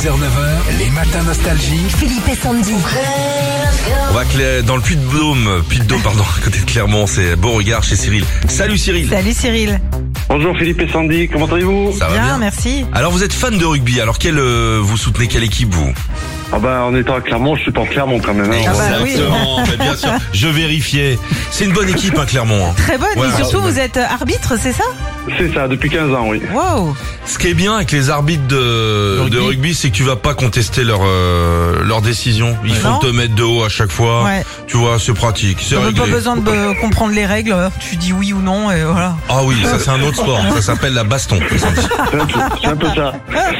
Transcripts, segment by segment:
6h-9h, les matins nostalgie. Philippe et Sandy. On va dans le Puy-de-Dôme, pardon, à côté de Clermont, c'est Beauregard chez Cyril. Salut Cyril. Salut Cyril. Bonjour Philippe et Sandy, comment allez-vous? Ça va bien, merci. Alors vous êtes fan de rugby, alors vous soutenez quelle équipe vous? Ah bah en étant à Clermont, je supporte Clermont quand même. Ah bah oui. Exactement, mais bien sûr. Je vérifiais. C'est une bonne équipe Clermont. Hein. Très bonne, Ouais, et surtout ouais. vous êtes arbitre, c'est ça? C'est ça, depuis 15 ans, oui. Wow. Ce qui est bien avec les arbitres de rugby, c'est que tu vas pas contester leur décision. Ils font Non. te mettre de haut à chaque fois. Ouais. Tu vois, c'est pratique, c'est On n'a réglé. pas besoin de comprendre les règles, tu dis oui ou non et voilà. Ah oui, ça c'est un autre sport. Ça s'appelle la baston. C'est un peu ça.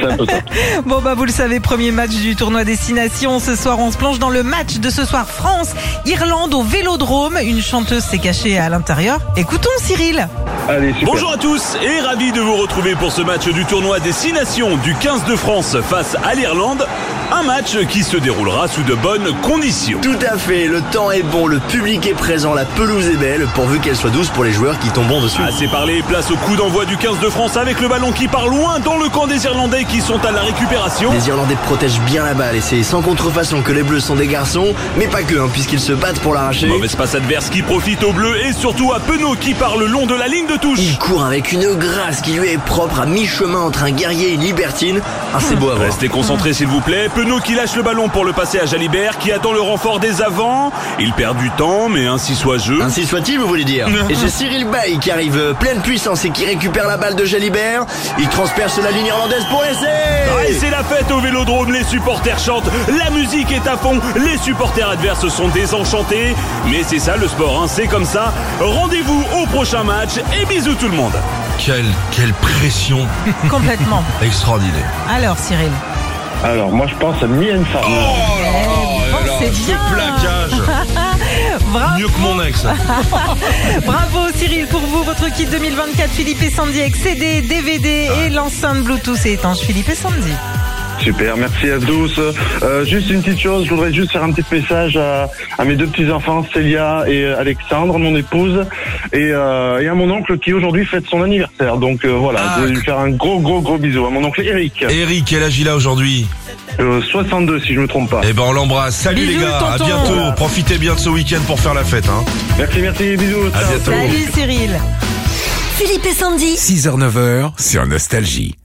Bon bah vous le savez, premier match du tournoi Destination. Ce soir on se plonge dans le match de ce soir France-Irlande au Vélodrome. Une chanteuse s'est cachée à l'intérieur. Écoutons Cyril. Allez, super. Bonjour à tous et ravi de vous retrouver pour ce match du tournoi Destination du 15 de France face à l'Irlande. Un match qui se déroulera sous de bonnes conditions. Tout à fait, le temps est bon, le public est présent, la pelouse est belle, pourvu qu'elle soit douce pour les joueurs qui tomberont dessus. Assez parlé, place au coup d'envoi du 15 de France avec le ballon qui part loin dans le camp des Irlandais qui sont à la récupération. Les Irlandais protègent bien la balle et c'est sans contrefaçon que les Bleus sont des garçons, mais pas que, puisqu'ils se battent pour l'arracher. Mauvaise passe adverse qui profite aux Bleus et surtout à Penaud qui part le long de la ligne de touche. Il court avec une grâce qui lui est propre, à mi-chemin entre un guerrier et une libertine. Ah, c'est beau à voir. Restez concentrés s'il vous plaît. Penaud qui lâche le ballon pour le passer à Jalibert qui attend le renfort des avants. Il perd du temps mais ainsi soit jeu. Ainsi soit-il, vous voulez dire. Et c'est Cyril Bay qui arrive pleine puissance et qui récupère la balle de Jalibert. Il transperce la ligne irlandaise pour l'essai. Ah, et c'est la fête au Vélodrome, les supporters chantent, la musique est à fond, les supporters adverses sont désenchantés. Mais c'est ça le sport, c'est comme ça. Rendez-vous au prochain match et bisous tout le monde. Quelle pression Complètement. extraordinaire. Alors Cyril. Alors moi je pense à Mylène Farmer. C'est bien. Plaquage. Bravo. Mieux que mon ex. Bravo Cyril, pour vous, votre kit 2024 Philippe et Sandy avec CD, DVD et l'enceinte Bluetooth et étanche Philippe et Sandy. Super, merci à tous. Juste une petite chose, je voudrais juste faire un petit message à mes deux petits-enfants, Célia et Alexandre, mon épouse, et à mon oncle qui aujourd'hui fête son anniversaire. Donc voilà, je voulais lui faire un gros bisou à mon oncle Eric. Eric, quel âge il a aujourd'hui? 62 si je me trompe pas. Eh ben on l'embrasse. Salut Bisous, les gars, à tonton. bientôt. Profitez bien de ce week-end pour faire la fête. Merci, bisous. À ciao. bientôt. Salut Cyril. Philippe et Sandy. 6h-9h sur Nostalgie.